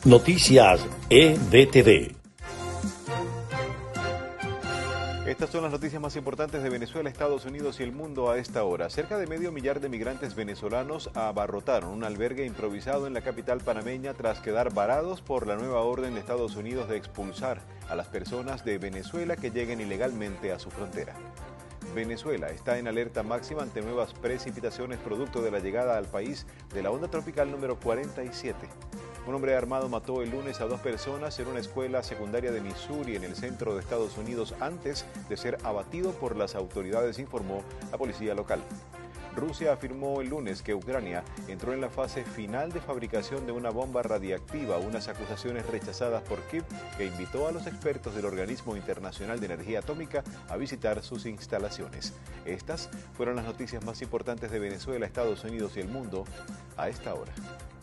Noticias EDTV. Estas son las noticias más importantes de Venezuela, Estados Unidos y el mundo a esta hora. Cerca de 500,000 de migrantes venezolanos abarrotaron un albergue improvisado en la capital panameña tras quedar varados por la nueva orden de Estados Unidos de expulsar a las personas de Venezuela que lleguen ilegalmente a su frontera. Venezuela está en alerta máxima ante nuevas precipitaciones producto de la llegada al país de la onda tropical número 47. Un hombre armado mató el lunes a 2 personas en una escuela secundaria de Missouri en el centro de Estados Unidos antes de ser abatido por las autoridades, informó la policía local. Rusia afirmó el lunes que Ucrania entró en la fase final de fabricación de una bomba radiactiva, unas acusaciones rechazadas por Kiev, que invitó a los expertos del Organismo Internacional de Energía Atómica a visitar sus instalaciones. Estas fueron las noticias más importantes de Venezuela, Estados Unidos y el mundo a esta hora.